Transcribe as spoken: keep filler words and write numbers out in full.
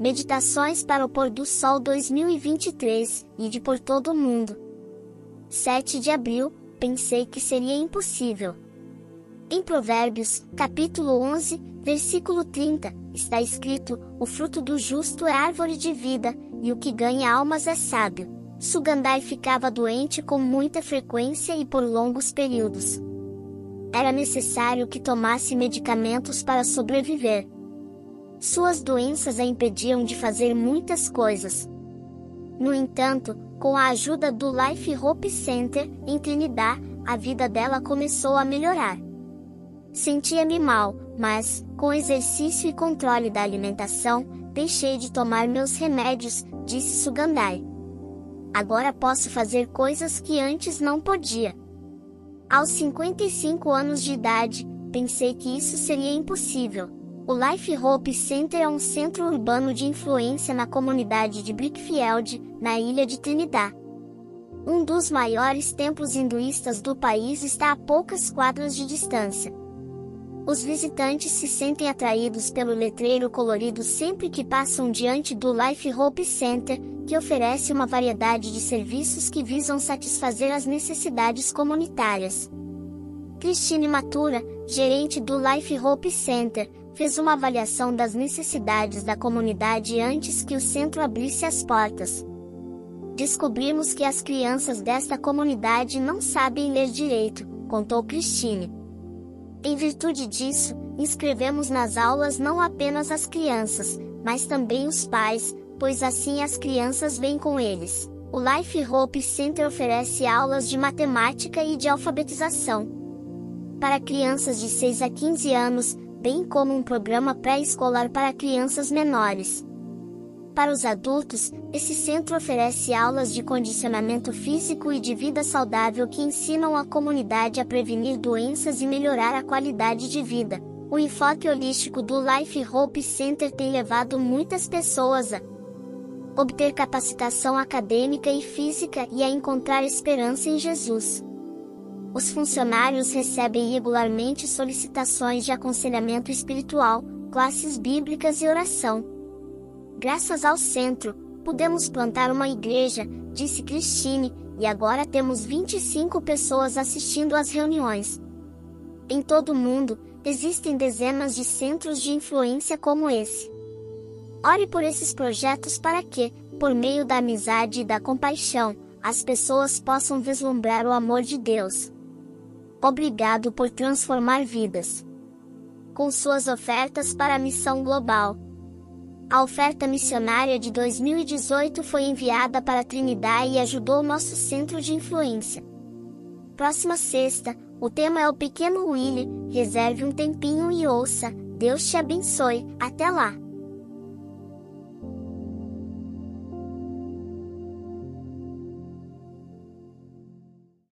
Meditações para o Pôr do Sol dois mil e vinte e três, e de por todo o mundo. sete de abril, pensei que seria impossível. Em Provérbios, capítulo onze, versículo trinta, está escrito: o fruto do justo é árvore de vida, e o que ganha almas é sábio. Sugandhar ficava doente com muita frequência e por longos períodos. Era necessário que tomasse medicamentos para sobreviver. Suas doenças a impediam de fazer muitas coisas. No entanto, com a ajuda do Life Hope Center, em Trinidad, a vida dela começou a melhorar. Sentia-me mal, mas, com exercício e controle da alimentação, deixei de tomar meus remédios, disse Sugandhar. Agora posso fazer coisas que antes não podia. Aos cinquenta e cinco anos de idade, pensei que isso seria impossível. O Life Hope Center é um centro urbano de influência na comunidade de Brickfield, na ilha de Trinidad. Um dos maiores templos hinduístas do país está a poucas quadras de distância. Os visitantes se sentem atraídos pelo letreiro colorido sempre que passam diante do Life Hope Center, que oferece uma variedade de serviços que visam satisfazer as necessidades comunitárias. Christine Matura, gerente do Life Hope Center, fez uma avaliação das necessidades da comunidade antes que o centro abrisse as portas. Descobrimos que as crianças desta comunidade não sabem ler direito, contou Christine. Em virtude disso, inscrevemos nas aulas não apenas as crianças, mas também os pais, pois assim as crianças vêm com eles. O Life Hope Center oferece aulas de matemática e de alfabetização para crianças de seis a quinze anos, bem como um programa pré-escolar para crianças menores. Para os adultos, esse centro oferece aulas de condicionamento físico e de vida saudável que ensinam a comunidade a prevenir doenças e melhorar a qualidade de vida. O enfoque holístico do Life Hope Center tem levado muitas pessoas a obter capacitação acadêmica e física e a encontrar esperança em Jesus. Os funcionários recebem regularmente solicitações de aconselhamento espiritual, classes bíblicas e oração. Graças ao centro, pudemos plantar uma igreja, disse Christine, e agora temos vinte e cinco pessoas assistindo às reuniões. Em todo o mundo, existem dezenas de centros de influência como esse. Ore por esses projetos para que, por meio da amizade e da compaixão, as pessoas possam vislumbrar o amor de Deus. Obrigado por transformar vidas. Com suas ofertas para a missão global. A oferta missionária de dois mil e dezoito foi enviada para Trinidad e ajudou nosso centro de influência. Próxima sexta, o tema é o Pequeno Willie. Reserve um tempinho e ouça. Deus te abençoe. Até lá!